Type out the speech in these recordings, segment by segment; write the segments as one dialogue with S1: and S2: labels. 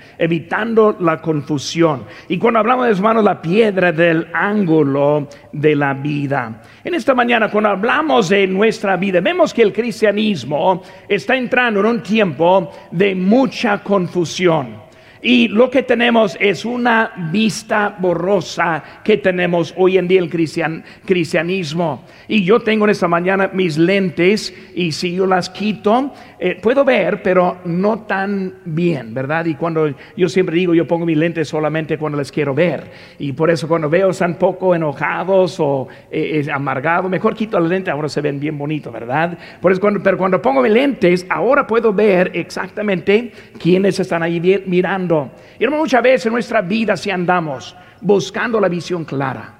S1: evitando la confusión. Y cuando hablamos de, hermanos, la piedra del ángulo de la vida. En esta mañana, cuando hablamos de nuestra vida, vemos que el cristianismo está entrando en un tiempo de mucha confusión. Y lo que tenemos es una vista borrosa que tenemos hoy en día el cristianismo. Y yo tengo en esta mañana mis lentes, y si yo las quito, puedo ver, pero no tan bien, ¿verdad? Y cuando yo siempre digo, yo pongo mis lentes solamente cuando les quiero ver. Y por eso cuando veo están poco enojados o amargados, mejor quito las lentes, ahora se ven bien bonitos, ¿verdad? Por eso pero cuando pongo mis lentes, ahora puedo ver exactamente quiénes están ahí mirando. Y muchas veces en nuestra vida, si andamos buscando la visión clara,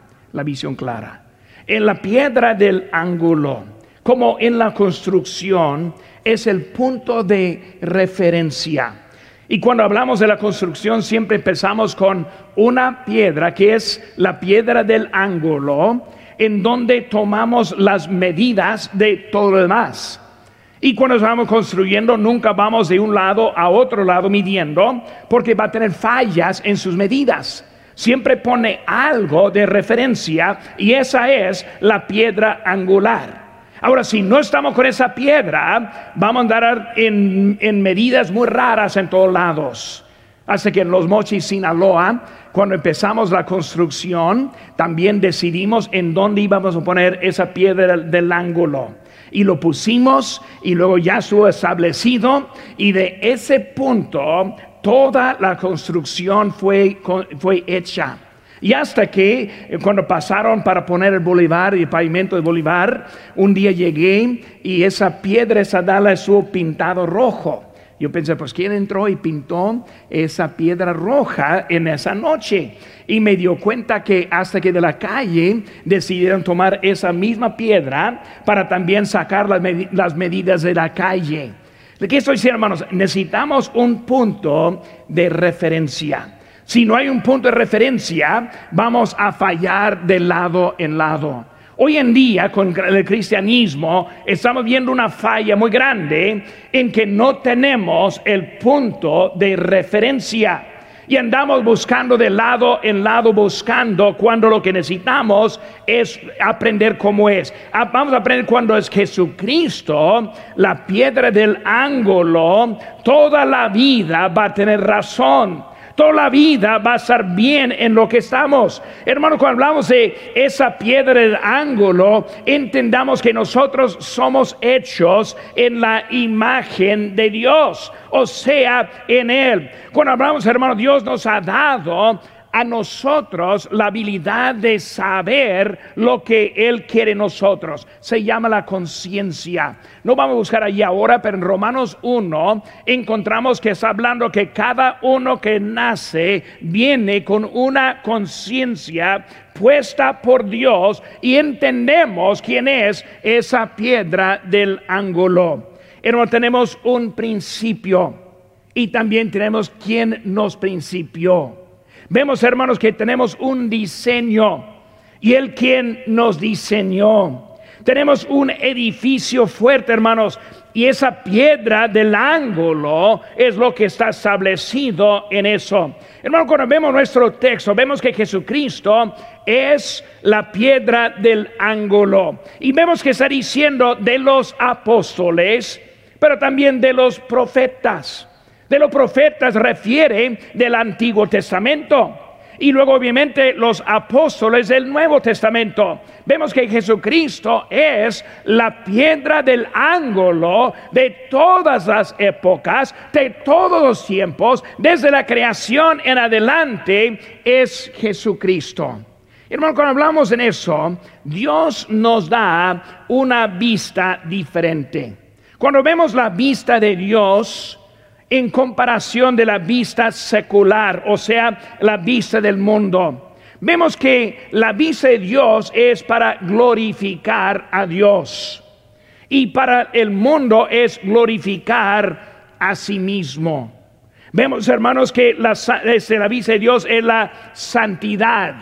S1: en la piedra del ángulo, como en la construcción, es el punto de referencia. Y cuando hablamos de la construcción, siempre empezamos con una piedra que es la piedra del ángulo, en donde tomamos las medidas de todo lo demás. Y cuando estamos construyendo, nunca vamos de un lado a otro lado midiendo, porque va a tener fallas en sus medidas. Siempre pone algo de referencia, y esa es la piedra angular. Ahora, si no estamos con esa piedra, vamos a andar en medidas muy raras en todos lados. Hasta que en Los Mochis, Sinaloa, cuando empezamos la construcción, también decidimos en dónde íbamos a poner esa piedra del ángulo. Y lo pusimos, y luego ya estuvo establecido, y de ese punto toda la construcción fue hecha. Y hasta que cuando pasaron para poner el Bolívar y el pavimento de Bolívar, un día llegué y esa piedra, esa dala estuvo pintado rojo. Yo pensé, pues ¿quién entró y pintó esa piedra roja en esa noche? Y me dio cuenta que hasta que de la calle decidieron tomar esa misma piedra para también sacar las medidas de la calle. ¿Qué estoy diciendo, hermanos? Necesitamos un punto de referencia. Si no hay un punto de referencia, vamos a fallar de lado en lado. Hoy en día, con el cristianismo, estamos viendo una falla muy grande en que no tenemos el punto de referencia. Y andamos buscando de lado en lado, buscando cuando lo que necesitamos es aprender cómo es. Vamos a aprender cuando es Jesucristo, la piedra del ángulo. Toda la vida va a tener razón. Toda la vida va a estar bien en lo que estamos. Hermano, cuando hablamos de esa piedra del ángulo, entendamos que nosotros somos hechos en la imagen de Dios, o sea, en Él. Cuando hablamos, hermano, Dios nos ha dado a nosotros la habilidad de saber lo que Él quiere de nosotros. Se llama la conciencia. No vamos a buscar allí ahora, pero en Romanos 1 encontramos que está hablando que cada uno que nace viene con una conciencia puesta por Dios, y entendemos quién es esa piedra del ángulo. Hermano, tenemos un principio y también tenemos quien nos principió. Vemos, hermanos, que tenemos un diseño, y Él quien nos diseñó. Tenemos un edificio fuerte, hermanos, y esa piedra del ángulo es lo que está establecido en eso. Hermanos, cuando vemos nuestro texto, vemos que Jesucristo es la piedra del ángulo. Y vemos que está diciendo de los apóstoles, pero también de los profetas. De los profetas refiere del Antiguo Testamento, y luego obviamente los apóstoles del Nuevo Testamento. Vemos que Jesucristo es la piedra del ángulo de todas las épocas, de todos los tiempos, desde la creación en adelante es Jesucristo. Hermano, cuando hablamos en eso, Dios nos da una vista diferente. Cuando vemos la vista de Dios en comparación de la vista secular, o sea, la vista del mundo, vemos que la vista de Dios es para glorificar a Dios, y para el mundo es glorificar a sí mismo. Vemos, hermanos, que la vista de Dios es la santidad,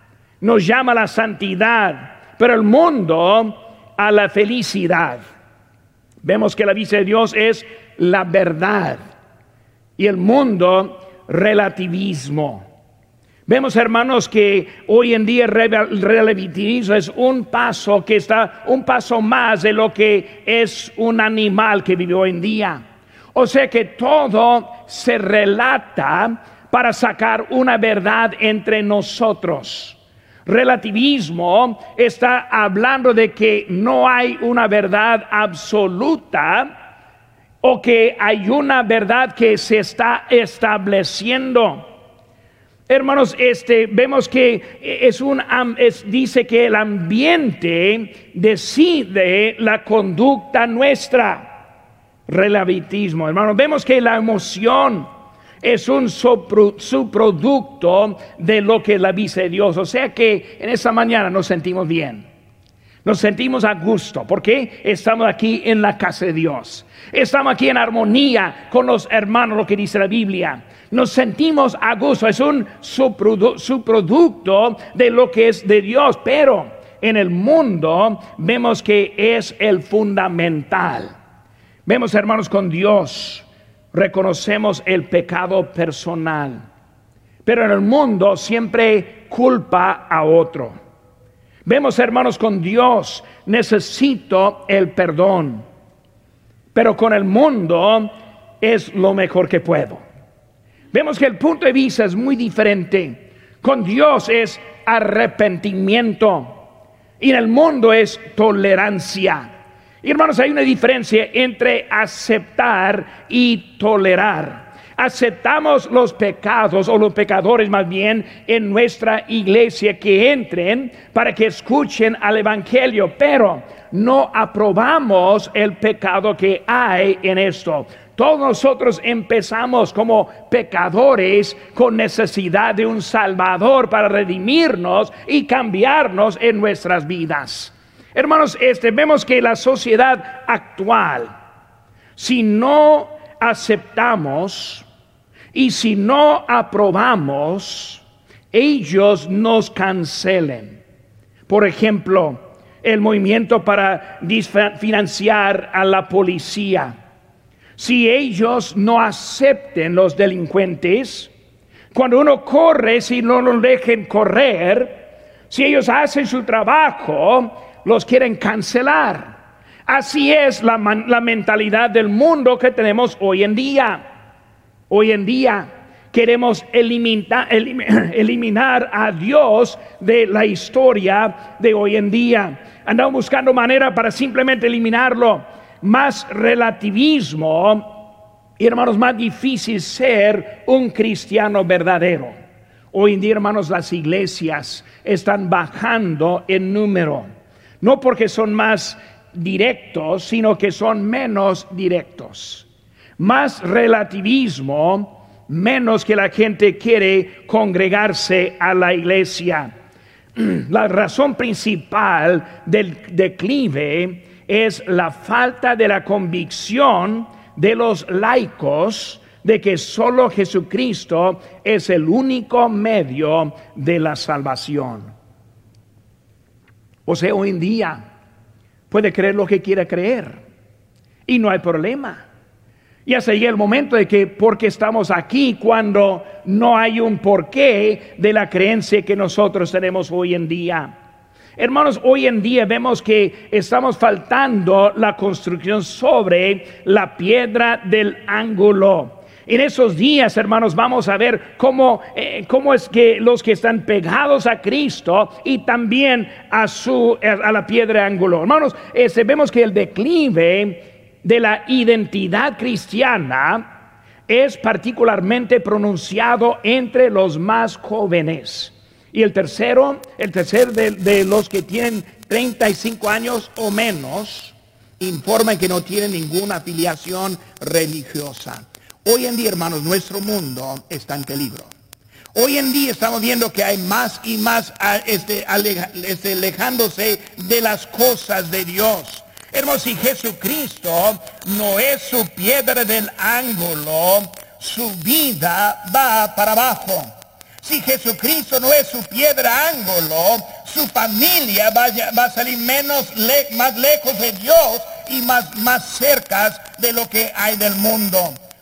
S1: nos llama a la santidad, pero el mundo a la felicidad. Vemos que la vista de Dios es la verdad, y el mundo relativismo. Vemos, hermanos, que hoy en día el relativismo es un paso más de lo que es un animal que vive hoy en día. O sea que todo se relata para sacar una verdad entre nosotros. Relativismo está hablando de que no hay una verdad absoluta o que hay una verdad que se está estableciendo. Hermanos, vemos que dice que el ambiente decide la conducta nuestra. Relativismo, hermanos, vemos que la emoción es un subproducto de lo que la dice Dios. O sea que en esta mañana nos sentimos bien, nos sentimos a gusto, porque estamos aquí en la casa de Dios, estamos aquí en armonía con los hermanos, lo que dice la Biblia. Nos sentimos a gusto, es un subproducto de lo que es de Dios, pero en el mundo vemos que es el fundamental. Vemos, hermanos, con Dios reconocemos el pecado personal, pero en el mundo siempre culpa a otro. Vemos, hermanos, con Dios necesito el perdón, pero con el mundo es lo mejor que puedo. Vemos que el punto de vista es muy diferente. Con Dios es arrepentimiento y en el mundo es tolerancia. Y hermanos, hay una diferencia entre aceptar y tolerar. Aceptamos los pecados, o los pecadores más bien, en nuestra iglesia, que entren para que escuchen al evangelio, pero no aprobamos el pecado que hay en esto. Todos nosotros empezamos como pecadores con necesidad de un Salvador para redimirnos y cambiarnos en nuestras vidas. Hermanos, vemos que la sociedad actual, si no aceptamos y si no aprobamos, ellos nos cancelen. Por ejemplo, el movimiento para financiar a la policía. Si ellos no acepten los delincuentes, cuando uno corre, si no los dejen correr, si ellos hacen su trabajo, los quieren cancelar. Así es la mentalidad del mundo que tenemos hoy en día. Hoy en día queremos eliminar a Dios de la historia de hoy en día. Andamos buscando manera para simplemente eliminarlo. Más relativismo, y hermanos, más difícil ser un cristiano verdadero. Hoy en día, hermanos, las iglesias están bajando en número. No porque son más directos, sino que son menos directos. Más relativismo, menos que la gente quiere congregarse a la iglesia. La razón principal del declive es la falta de la convicción de los laicos de que solo Jesucristo es el único medio de la salvación. O sea, hoy en día puede creer lo que quiera creer y no hay problema. Ya se llega el momento de que porque estamos aquí cuando no hay un porqué de la creencia que nosotros tenemos hoy en día. Hermanos, hoy en día vemos que estamos faltando la construcción sobre la piedra del ángulo. En esos días, hermanos, vamos a ver cómo es que los que están pegados a Cristo y también a la piedra de ángulo. Hermanos, vemos que el declive de la identidad cristiana es particularmente pronunciado entre los más jóvenes. Y el tercer de los que tienen 35 años o menos informan que no tienen ninguna afiliación religiosa. Hoy en día, hermanos, nuestro mundo está en peligro. Hoy en día estamos viendo que hay más y más alejándose de las cosas de Dios. Hermanos, si Jesucristo no es su piedra del ángulo, su vida va para abajo. Si Jesucristo no es su piedra ángulo, su familia va a salir más lejos de Dios y más cerca de lo que hay del mundo.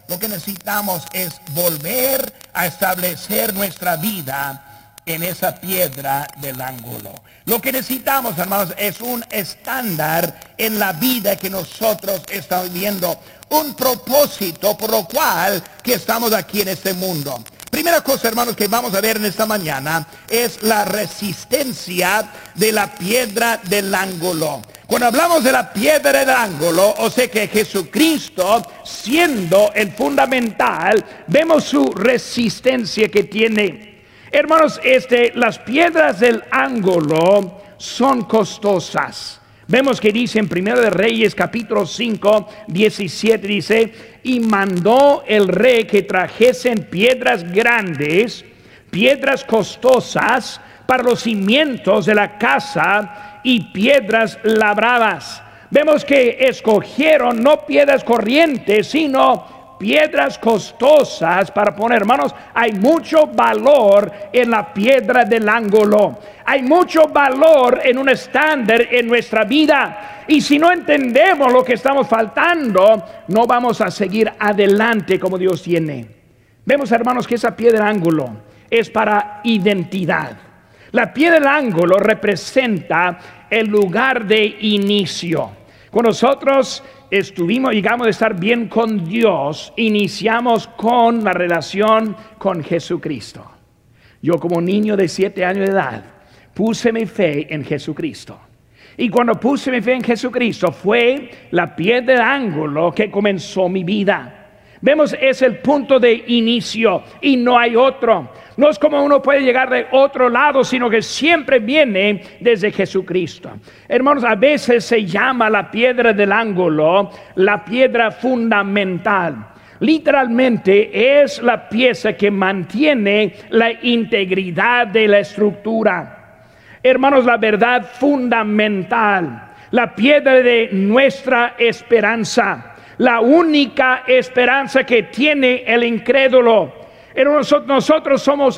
S1: Lo que necesitamos es volver a establecer nuestra vida en esa piedra del ángulo. Lo que necesitamos, hermanos, es un estándar en la vida que nosotros estamos viviendo, un propósito por lo cual que estamos aquí en este mundo. Primera cosa, hermanos, que vamos a ver en esta mañana es la resistencia de la piedra del ángulo. Cuando hablamos de la piedra del ángulo, o sea que Jesucristo, siendo el fundamental, vemos su resistencia que tiene. Hermanos, las piedras del ángulo son costosas. Vemos que dice en 1 de Reyes capítulo 5, 17, dice: y mandó el rey que trajesen piedras grandes, piedras costosas para los cimientos de la casa y piedras labradas. Vemos que escogieron no piedras corrientes, sino piedras costosas para poner. Hermanos, hay mucho valor en la piedra del ángulo. Hay mucho valor en un estándar en nuestra vida. Y si no entendemos lo que estamos faltando, no vamos a seguir adelante como Dios tiene. Vemos, hermanos, que esa piedra del ángulo es para identidad. La piedra del ángulo representa el lugar de inicio. Cuando nosotros llegamos a estar bien con Dios, iniciamos con la relación con Jesucristo. Yo, como niño de 7 años de edad, puse mi fe en Jesucristo. Y cuando puse mi fe en Jesucristo, fue la piedra del ángulo que comenzó mi vida. Vemos, es el punto de inicio y no hay otro. No es como uno puede llegar de otro lado, sino que siempre viene desde Jesucristo. Hermanos, a veces se llama la piedra del ángulo la piedra fundamental. Literalmente es la pieza que mantiene la integridad de la estructura. Hermanos, la verdad fundamental, la piedra de nuestra esperanza. La única esperanza que tiene el incrédulo. Nosotros somos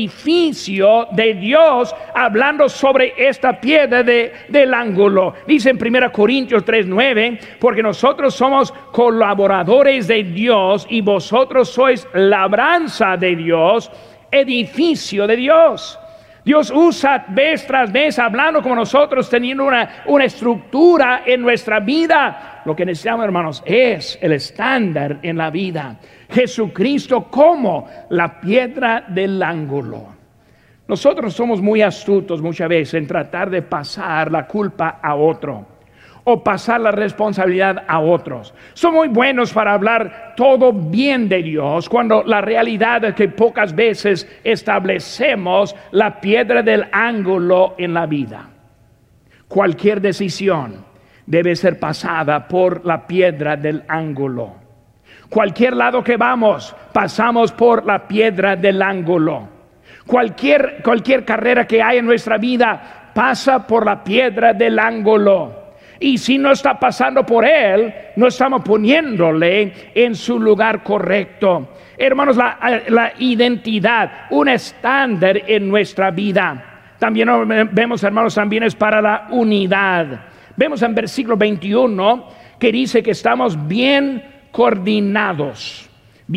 S1: edificio de Dios, hablando sobre esta piedra del ángulo. Dice en 1 Corintios 3:9, porque nosotros somos colaboradores de Dios y vosotros sois labranza de Dios, edificio de Dios. Dios usa vez tras vez hablando como nosotros, teniendo una estructura en nuestra vida. Lo que necesitamos, hermanos, es el estándar en la vida. Jesucristo como la piedra del ángulo. Nosotros somos muy astutos muchas veces en tratar de pasar la culpa a otro o pasar la responsabilidad a otros. Son muy buenos para hablar todo bien de Dios, cuando la realidad es que pocas veces establecemos la piedra del ángulo en la vida. Cualquier decisión debe ser pasada por la piedra del ángulo. Cualquier lado que vamos, pasamos por la piedra del ángulo. Cualquier carrera que hay en nuestra vida pasa por la piedra del ángulo. Y si no está pasando por él, no estamos poniéndole en su lugar correcto. Hermanos, la identidad, un estándar en nuestra vida. También vemos, hermanos, también es para la unidad. Vemos en versículo 21 que dice que estamos bien coordinados,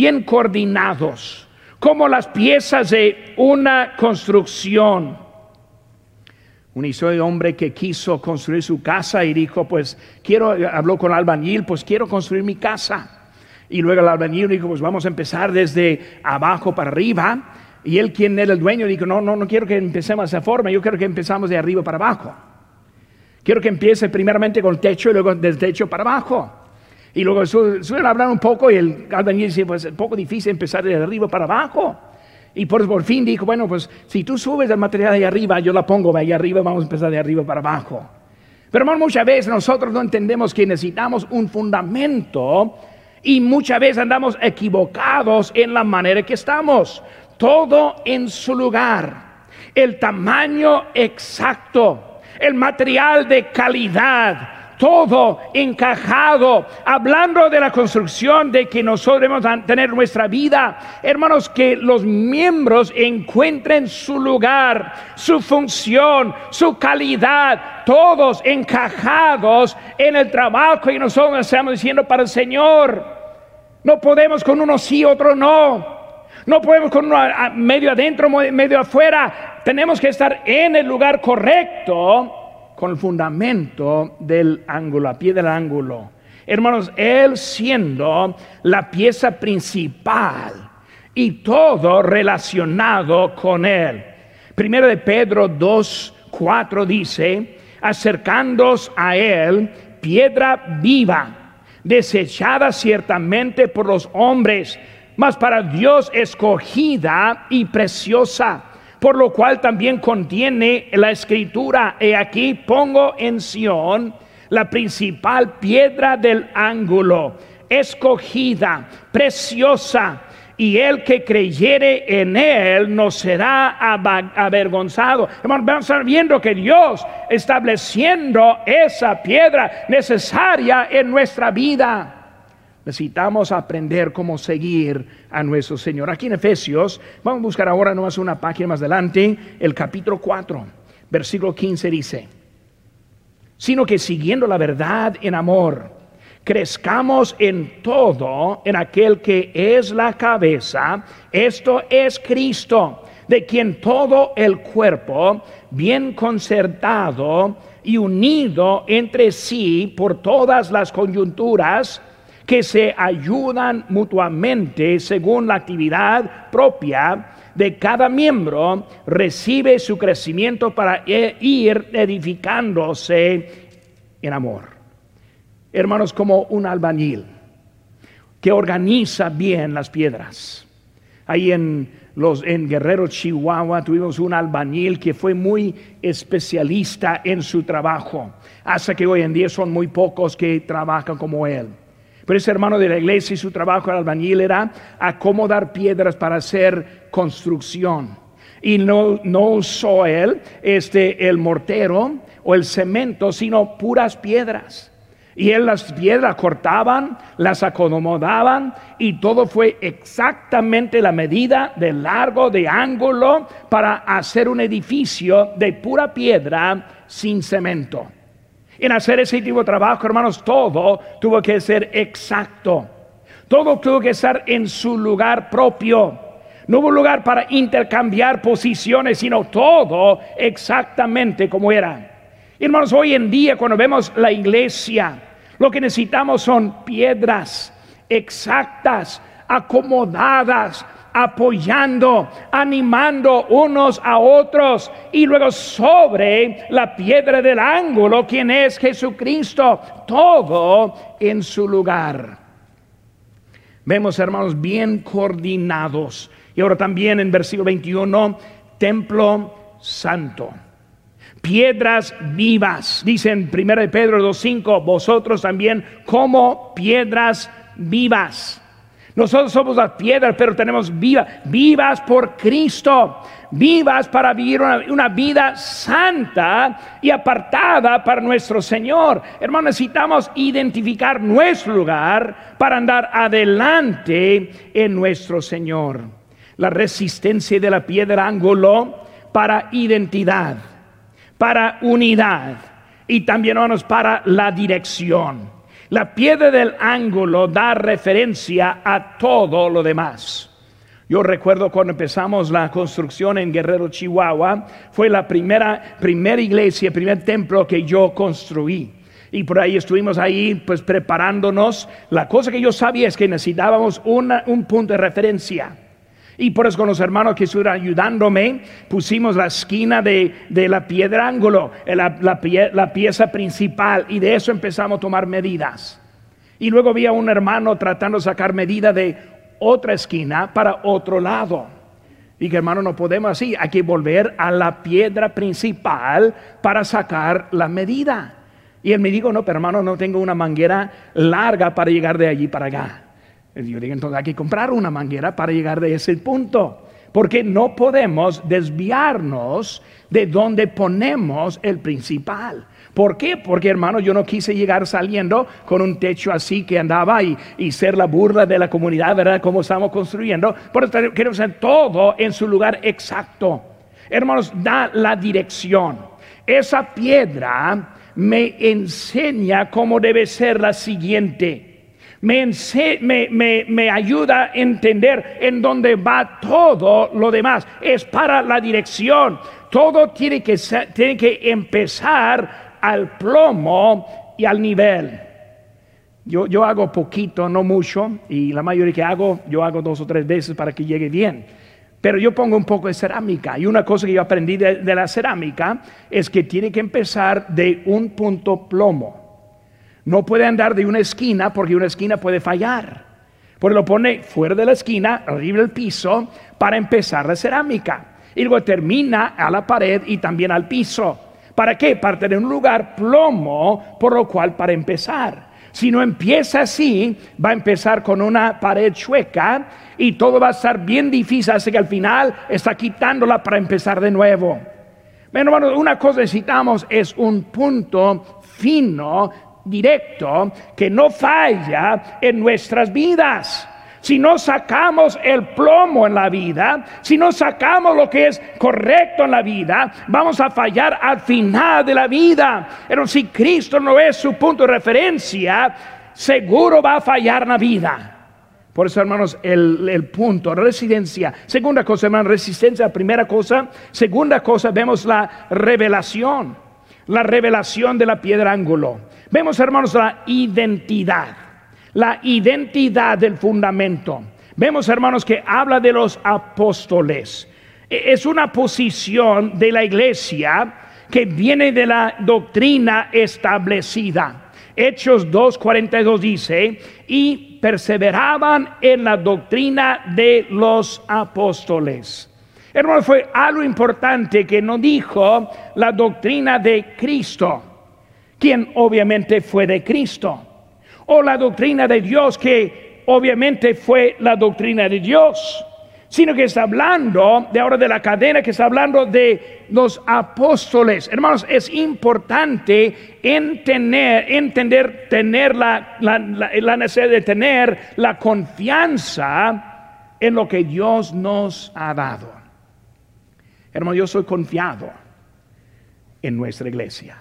S1: como las piezas de una construcción. Un historia de hombre que quiso construir su casa y dijo, habló con el albañil, quiero construir mi casa. Y luego el albañil dijo, vamos a empezar desde abajo para arriba. Y él, quien era el dueño, dijo, no quiero que empecemos de esa forma, yo quiero que empezamos de arriba para abajo. Quiero que empiece primeramente con el techo y luego del techo para abajo. Y luego suelen hablar un poco y el albañil dice, es un poco difícil empezar de arriba para abajo. Y por fin dijo, si tú subes el material de arriba, yo la pongo de ahí arriba, vamos a empezar de arriba para abajo. Pero hermano, muchas veces nosotros no entendemos que necesitamos un fundamento y muchas veces andamos equivocados en la manera que estamos. Todo en su lugar, el tamaño exacto, el material de calidad, todo encajado, hablando de la construcción de que nosotros debemos tener nuestra vida. Hermanos, que los miembros encuentren su lugar, su función, su calidad, todos encajados en el trabajo que nosotros estamos haciendo para el Señor. No podemos con uno sí, otro no. No podemos con uno medio adentro, medio afuera. Tenemos que estar en el lugar correcto con el fundamento del ángulo, a pie del ángulo. Hermanos, Él siendo la pieza principal y todo relacionado con Él. Primero de Pedro 2:4 dice: acercándoos a Él, piedra viva, desechada ciertamente por los hombres, mas para Dios escogida y preciosa, por lo cual también contiene la Escritura: he aquí pongo en Sión la principal piedra del ángulo, escogida, preciosa, y el que creyere en él no será avergonzado. Hermanos, vamos a estar viendo que Dios estableciendo esa piedra necesaria en nuestra vida. Necesitamos aprender cómo seguir a nuestro Señor. Aquí en Efesios, vamos a buscar ahora nomás una página más adelante, el capítulo 4, versículo 15 dice: sino que siguiendo la verdad en amor, crezcamos en todo en aquel que es la cabeza, esto es Cristo, de quien todo el cuerpo, bien concertado y unido entre sí por todas las coyunturas, que se ayudan mutuamente según la actividad propia de cada miembro, recibe su crecimiento para ir edificándose en amor. Hermanos, como un albañil que organiza bien las piedras. Ahí en Guerrero, Chihuahua, tuvimos un albañil que fue muy especialista en su trabajo, hasta que hoy en día son muy pocos que trabajan como él. Pero ese hermano de la iglesia, y su trabajo de albañil era acomodar piedras para hacer construcción. Y no usó él el mortero o el cemento, sino puras piedras. Y él las piedras cortaban, las acomodaban, y todo fue exactamente la medida de largo, de ángulo, para hacer un edificio de pura piedra sin cemento. En hacer ese tipo de trabajo, hermanos, todo tuvo que ser exacto. Todo tuvo que estar en su lugar propio. No hubo lugar para intercambiar posiciones, sino todo exactamente como era. Hermanos, hoy en día cuando vemos la iglesia, lo que necesitamos son piedras exactas, acomodadas, apoyando, animando unos a otros, y luego sobre la piedra del ángulo, quien es Jesucristo, todo en su lugar. Vemos, hermanos, bien coordinados. Y ahora también en versículo 21, templo santo, piedras vivas, dice en 1 Pedro 2:5, vosotros también como piedras vivas. Nosotros somos las piedras, pero tenemos vivas por Cristo, vivas para vivir una vida santa y apartada para nuestro Señor. Hermanos, necesitamos identificar nuestro lugar para andar adelante en nuestro Señor. La resistencia de la piedra ángulo para identidad, para unidad y también, hermanos, para la dirección. La piedra del ángulo da referencia a todo lo demás. Yo recuerdo cuando empezamos la construcción en Guerrero, Chihuahua, fue la primera iglesia, primer templo que yo construí. Y por ahí estuvimos ahí pues preparándonos. La cosa que yo sabía es que necesitábamos un punto de referencia. Y por eso con los hermanos que estuvieron ayudándome, pusimos la esquina de la piedra ángulo, la pieza principal, y de eso empezamos a tomar medidas. Y luego había un hermano tratando de sacar medida de otra esquina para otro lado. Y que, hermano, no podemos así, hay que volver a la piedra principal para sacar la medida. Y él me dijo: no, pero hermano, no tengo una manguera larga para llegar de allí para acá. Yo digo: entonces hay que comprar una manguera para llegar de ese punto, porque no podemos desviarnos de donde ponemos el principal. ¿Por qué? Porque, hermano, yo no quise llegar saliendo con un techo así que andaba y ser la burla de la comunidad, ¿verdad? Como estamos construyendo. Por eso queremos hacer todo en su lugar exacto. Hermanos, da la dirección. Esa piedra me enseña cómo debe ser la siguiente. me ayuda a entender en dónde va todo lo demás. Es para la dirección. Todo tiene que empezar al plomo y al nivel. Yo hago poquito, no mucho, y la mayoría que hago, yo hago 2 o 3 veces para que llegue bien. Pero yo pongo un poco de cerámica, y una cosa que yo aprendí de la cerámica es que tiene que empezar de un punto plomo. No puede andar de una esquina, porque una esquina puede fallar. Pues lo pone fuera de la esquina, arriba del piso, para empezar la cerámica. Y luego termina a la pared y también al piso. ¿Para qué? Para tener un lugar plomo, por lo cual para empezar. Si no empieza así, va a empezar con una pared chueca y todo va a estar bien difícil, así que al final está quitándola para empezar de nuevo. Bueno, hermanos, una cosa necesitamos es un punto fino, directo, que no falla en nuestras vidas. Si no sacamos el plomo en la vida, si no sacamos lo que es correcto en la vida, vamos a fallar al final de la vida. Pero si Cristo no es su punto de referencia, seguro va a fallar en la vida. Por eso, hermanos, el punto, residencia. Segunda cosa, hermanos, resistencia. Primera cosa. Segunda cosa, vemos la revelación de la piedra ángulo. Vemos, hermanos, la identidad del fundamento. Vemos, hermanos, que habla de los apóstoles. Es una posición de la iglesia que viene de la doctrina establecida. Hechos 2:42 dice: y perseveraban en la doctrina de los apóstoles. Hermanos, fue algo importante que no dijo la doctrina de Cristo, quien obviamente fue de Cristo, o la doctrina de Dios, que obviamente fue la doctrina de Dios, sino que está hablando de ahora de la cadena, que está hablando de los apóstoles. Hermanos, es importante tener la necesidad de tener la confianza en lo que Dios nos ha dado. Hermano, yo soy confiado en nuestra iglesia.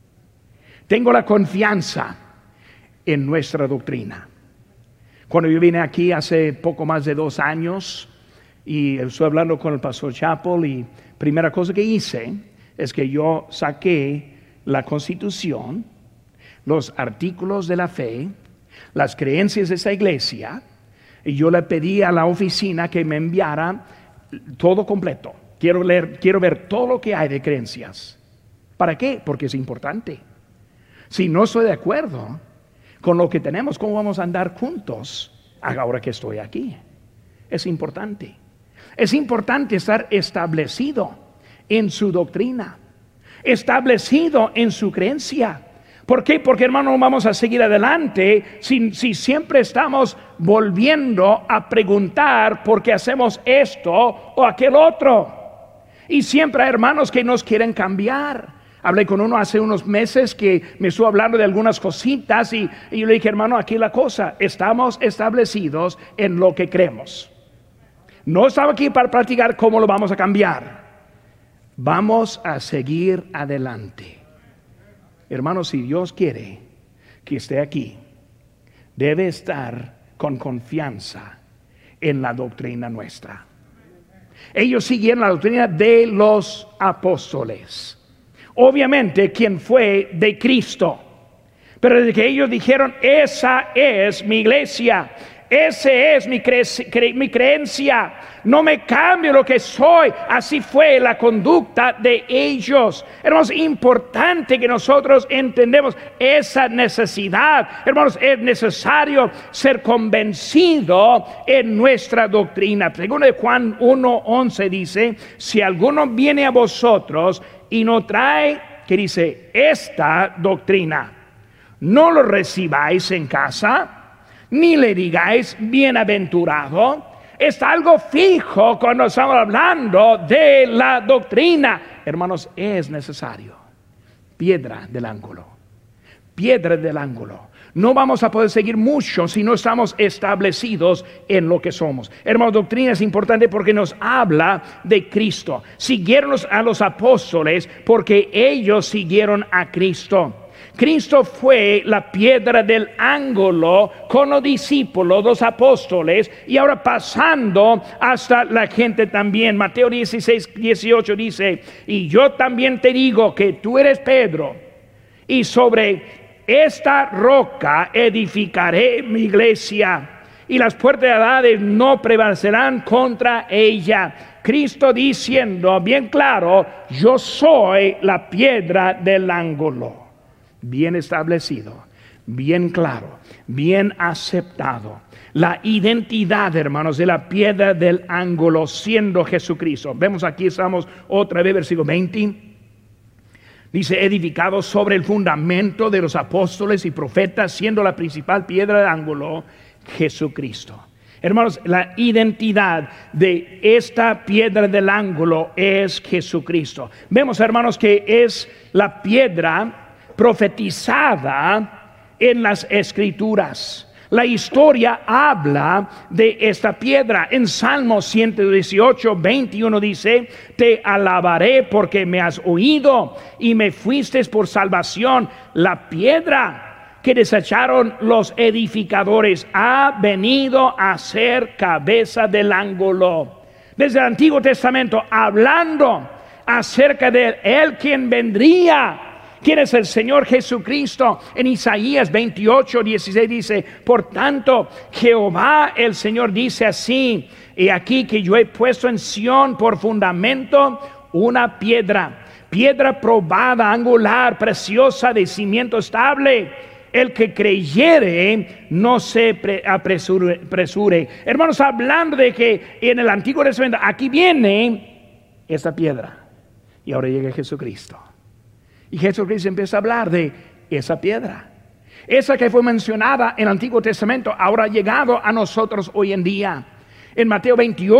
S1: Tengo la confianza en nuestra doctrina. Cuando yo vine aquí hace poco más de 2 años y estoy hablando con el pastor Chappell, y primera cosa que hice es que yo saqué la Constitución, los artículos de la fe, las creencias de esa iglesia, y yo le pedí a la oficina que me enviara todo completo. Quiero ver todo lo que hay de creencias. ¿Para qué? Porque es importante. Si no estoy de acuerdo con lo que tenemos, ¿cómo vamos a andar juntos ahora que estoy aquí? Es importante. Es importante estar establecido en su doctrina, establecido en su creencia. ¿Por qué? Porque, hermano, no vamos a seguir adelante si siempre estamos volviendo a preguntar por qué hacemos esto o aquel otro. Y siempre hay hermanos que nos quieren cambiar. Hablé con uno hace unos meses que me estuvo hablando de algunas cositas y yo le dije: hermano, aquí la cosa, estamos establecidos en lo que creemos. No estamos aquí para practicar cómo lo vamos a cambiar. Vamos a seguir adelante. Hermanos, si Dios quiere que esté aquí, debe estar con confianza en la doctrina nuestra. Ellos siguieron la doctrina de los apóstoles. Obviamente, quien fue de Cristo. Pero desde que ellos dijeron: esa es mi iglesia, esa es mi creencia, no me cambio lo que soy. Así fue la conducta de ellos. Hermanos, es importante que nosotros entendamos esa necesidad. Hermanos, es necesario ser convencido en nuestra doctrina. Según Juan 1:11 dice: si alguno viene a vosotros y no trae, que dice, esta doctrina, no lo recibáis en casa, ni le digáis bienaventurado. Está algo fijo cuando estamos hablando de la doctrina. Hermanos, es necesario. Piedra del ángulo. Piedra del ángulo. No vamos a poder seguir mucho si no estamos establecidos en lo que somos. Hermanos, doctrina es importante porque nos habla de Cristo. Siguieron a los apóstoles porque ellos siguieron a Cristo. Cristo fue la piedra del ángulo con los discípulos, los apóstoles, y ahora pasando hasta la gente también. Mateo 16:18 dice: y yo también te digo que tú eres Pedro, y sobre esta roca edificaré mi iglesia, y las puertas de Hades no prevalecerán contra ella. Cristo diciendo bien claro: yo soy la piedra del ángulo. Bien establecido, bien claro, bien aceptado. La identidad, hermanos, de la piedra del ángulo siendo Jesucristo. Vemos aquí, estamos otra vez, versículo 20. Dice: edificado sobre el fundamento de los apóstoles y profetas, siendo la principal piedra del ángulo Jesucristo. Hermanos, la identidad de esta piedra del ángulo es Jesucristo. Vemos, hermanos, que es la piedra profetizada en las Escrituras. La historia habla de esta piedra. En Salmo 118:21 dice: te alabaré porque me has oído y me fuiste por salvación. La piedra que desecharon los edificadores ha venido a ser cabeza del ángulo. Desde el Antiguo Testamento, hablando acerca de él quien vendría. ¿Quién es el Señor Jesucristo? En Isaías 28:16 dice: por tanto, Jehová el Señor dice así: he aquí que yo he puesto en Sión por fundamento una piedra probada, angular, preciosa, de cimiento estable. El que creyere no se apresure. Hermanos, hablando de que en el Antiguo Testamento aquí viene esta piedra, y ahora llega Jesucristo. Y Jesucristo empieza a hablar de esa piedra, esa que fue mencionada en el Antiguo Testamento, ahora ha llegado a nosotros hoy en día. En Mateo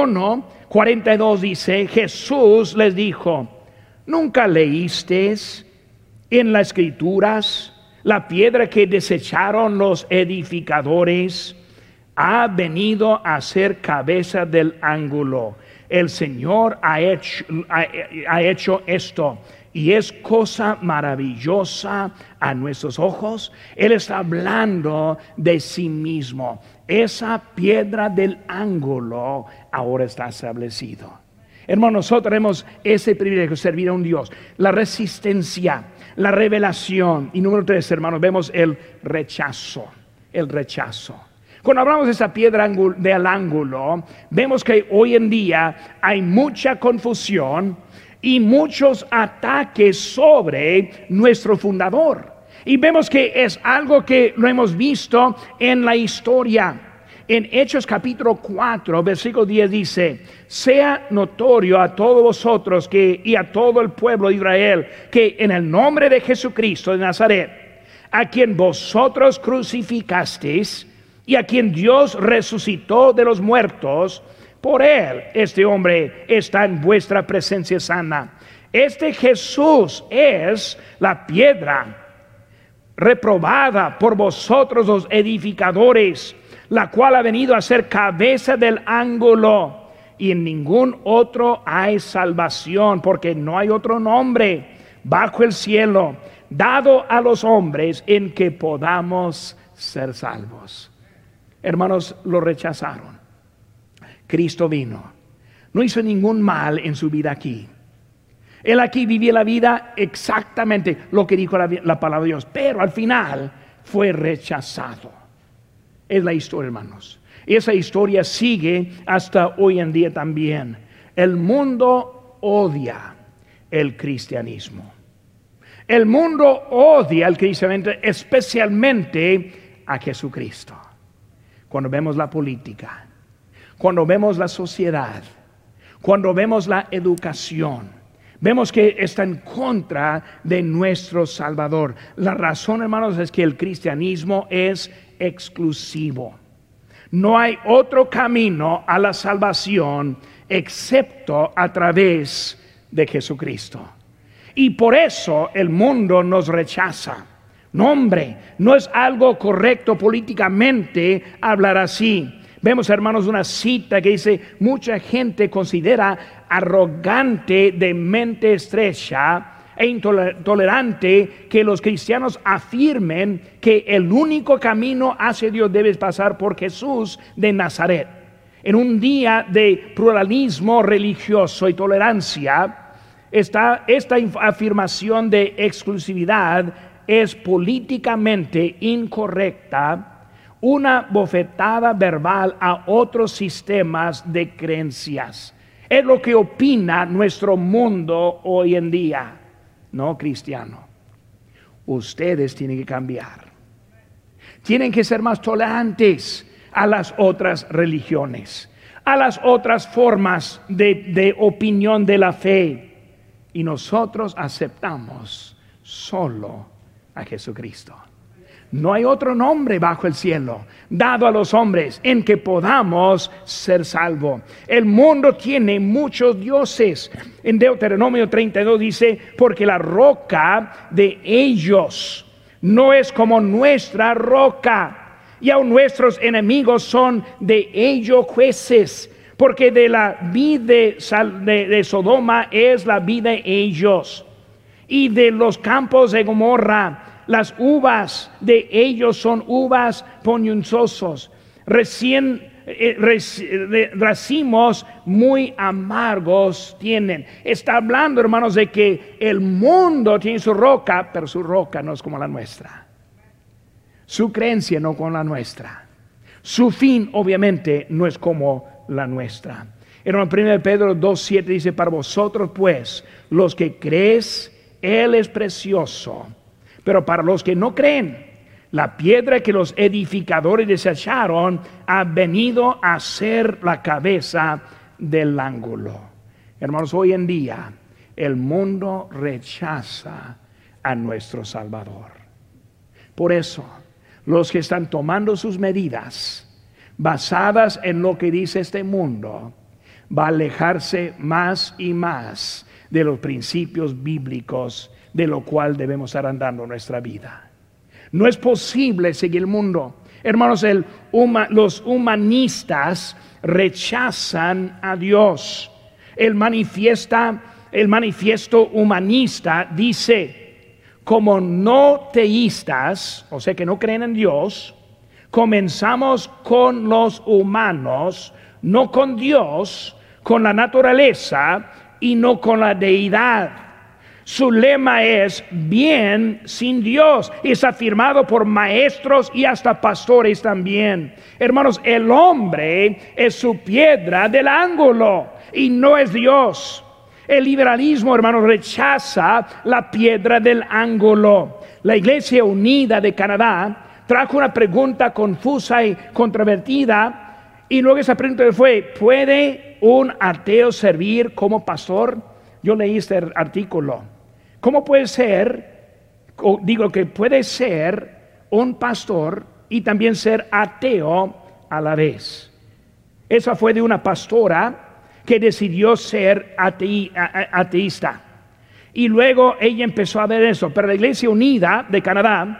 S1: 21:42 dice: Jesús les dijo: ¿nunca leísteis en las Escrituras, la piedra que desecharon los edificadores ha venido a ser cabeza del ángulo? El Señor ha hecho esto, y es cosa maravillosa a nuestros ojos. Él está hablando de sí mismo. Esa piedra del ángulo ahora está establecido. Hermanos, nosotros tenemos ese privilegio de servir a un Dios. La resistencia, la revelación. Y número 3, hermanos, vemos el rechazo. El rechazo. Cuando hablamos de esa piedra del ángulo, vemos que hoy en día hay mucha confusión y muchos ataques sobre nuestro fundador. Y vemos que es algo que lo hemos visto en la historia. En Hechos capítulo 4, versículo 10 dice: sea notorio a todos vosotros y a todo el pueblo de Israel, que en el nombre de Jesucristo de Nazaret, a quien vosotros crucificasteis y a quien Dios resucitó de los muertos, por él este hombre está en vuestra presencia sana. Este Jesús es la piedra reprobada por vosotros los edificadores, la cual ha venido a ser cabeza del ángulo, y en ningún otro hay salvación, porque no hay otro nombre bajo el cielo dado a los hombres en que podamos ser salvos. Hermanos, lo rechazaron. Cristo vino, no hizo ningún mal en su vida aquí. Él aquí vivía la vida exactamente lo que dijo la palabra de Dios, pero al final fue rechazado. Es la historia, hermanos. Esa historia sigue hasta hoy en día también. El mundo odia el cristianismo. El mundo odia el cristianismo, especialmente a Jesucristo. Cuando vemos la política, cuando vemos la sociedad, cuando vemos la educación, vemos que está en contra de nuestro Salvador. La razón, hermanos, es que el cristianismo es exclusivo. No hay otro camino a la salvación excepto a través de Jesucristo. Y por eso el mundo nos rechaza. No, hombre, no es algo correcto políticamente hablar así. Vemos, hermanos, una cita que dice: mucha gente considera arrogante de mente estrecha e intolerante que los cristianos afirmen que el único camino hacia Dios debe pasar por Jesús de Nazaret. En un día de pluralismo religioso y tolerancia, esta afirmación de exclusividad es políticamente incorrecta, una bofetada verbal a otros sistemas de creencias. Es lo que opina nuestro mundo hoy en día. No, cristiano, ustedes tienen que cambiar. Tienen que ser más tolerantes a las otras religiones, a las otras formas de opinión de la fe. Y nosotros aceptamos solo a Jesucristo. No hay otro nombre bajo el cielo dado a los hombres en que podamos ser salvos. El mundo tiene muchos dioses. En Deuteronomio 32 dice, porque la roca de ellos no es como nuestra roca, y aun nuestros enemigos son de ellos jueces, porque de la vid de Sodoma es la vid de ellos, y de los campos de Gomorra las uvas de ellos son uvas ponzoñosos, racimos muy amargos tienen. Está hablando, hermanos, de que el mundo tiene su roca, pero su roca no es como la nuestra. Su creencia no como la nuestra. Su fin, obviamente, no es como la nuestra. Hermano, 1 Pedro 2:7 dice, para vosotros pues, los que crees, Él es precioso. Pero para los que no creen, la piedra que los edificadores desecharon ha venido a ser la cabeza del ángulo. Hermanos, hoy en día el mundo rechaza a nuestro Salvador. Por eso, los que están tomando sus medidas basadas en lo que dice este mundo, va a alejarse más y más de los principios bíblicos de lo cual debemos estar andando nuestra vida. No es posible seguir el mundo. Hermanos, los humanistas rechazan a Dios. El manifiesto humanista dice, como no teístas, o sea que no creen en Dios, comenzamos con los humanos, no con Dios, con la naturaleza y no con la deidad. Su lema es bien sin Dios. Es afirmado por maestros y hasta pastores también. Hermanos, el hombre es su piedra del ángulo y no es Dios. El liberalismo, hermanos, rechaza la piedra del ángulo. La Iglesia Unida de Canadá trajo una pregunta confusa y controvertida, y luego esa pregunta fue, ¿puede un ateo servir como pastor? Yo leí este artículo. ¿Cómo puede ser, digo que puede ser un pastor y también ser ateo a la vez? Esa fue de una pastora que decidió ser ateísta. Y luego ella empezó a ver eso. Pero la Iglesia Unida de Canadá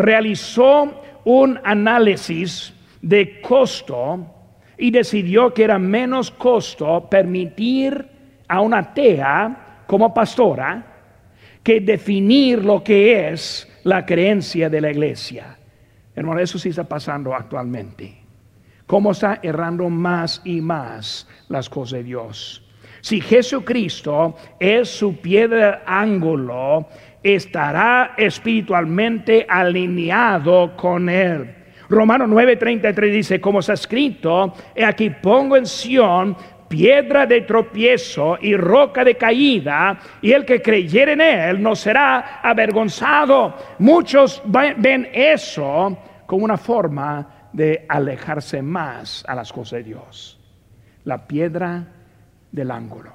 S1: realizó un análisis de costo y decidió que era menos costo permitir a una atea como pastora que definir lo que es la creencia de la iglesia. Hermano, eso sí está pasando actualmente. Cómo está errando más y más las cosas de Dios. Si Jesucristo es su piedra de ángulo, estará espiritualmente alineado con Él. Romanos 9:33 dice, como está escrito, he aquí pongo en Sión piedra de tropiezo y roca de caída, y el que creyere en Él no será avergonzado. Muchos ven eso como una forma de alejarse más a las cosas de Dios. La piedra del ángulo.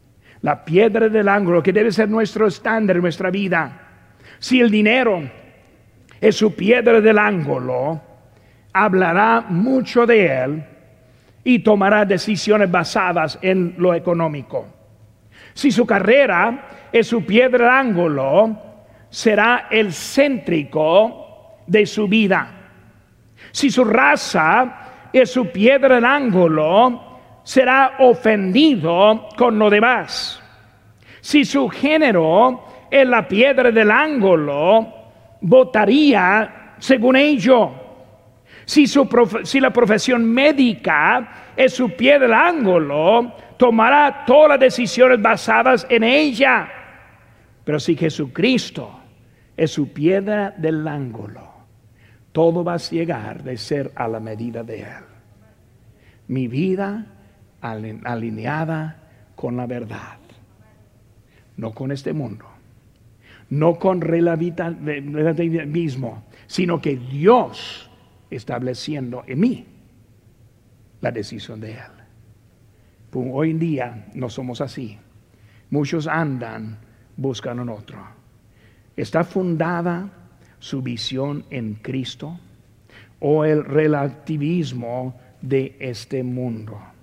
S1: La piedra del ángulo que debe ser nuestro estándar en nuestra vida. Si el dinero es su piedra del ángulo, hablará mucho de él y tomará decisiones basadas en lo económico. Si su carrera es su piedra de ángulo, será el céntrico de su vida. Si su raza es su piedra de ángulo, será ofendido con lo demás. Si su género en la piedra del ángulo, votaría según ello. Si la profesión médica es su piedra del ángulo, tomará todas las decisiones basadas en ella. Pero si Jesucristo es su piedra del ángulo, todo va a llegar de ser a la medida de Él. Mi vida alineada con la verdad, no con este mundo, no con relativismo, sino que Dios estableciendo en mí la decisión de Él. Pues hoy en día no somos así. Muchos andan buscando en otro. ¿Está fundada su visión en Cristo o el relativismo de este mundo?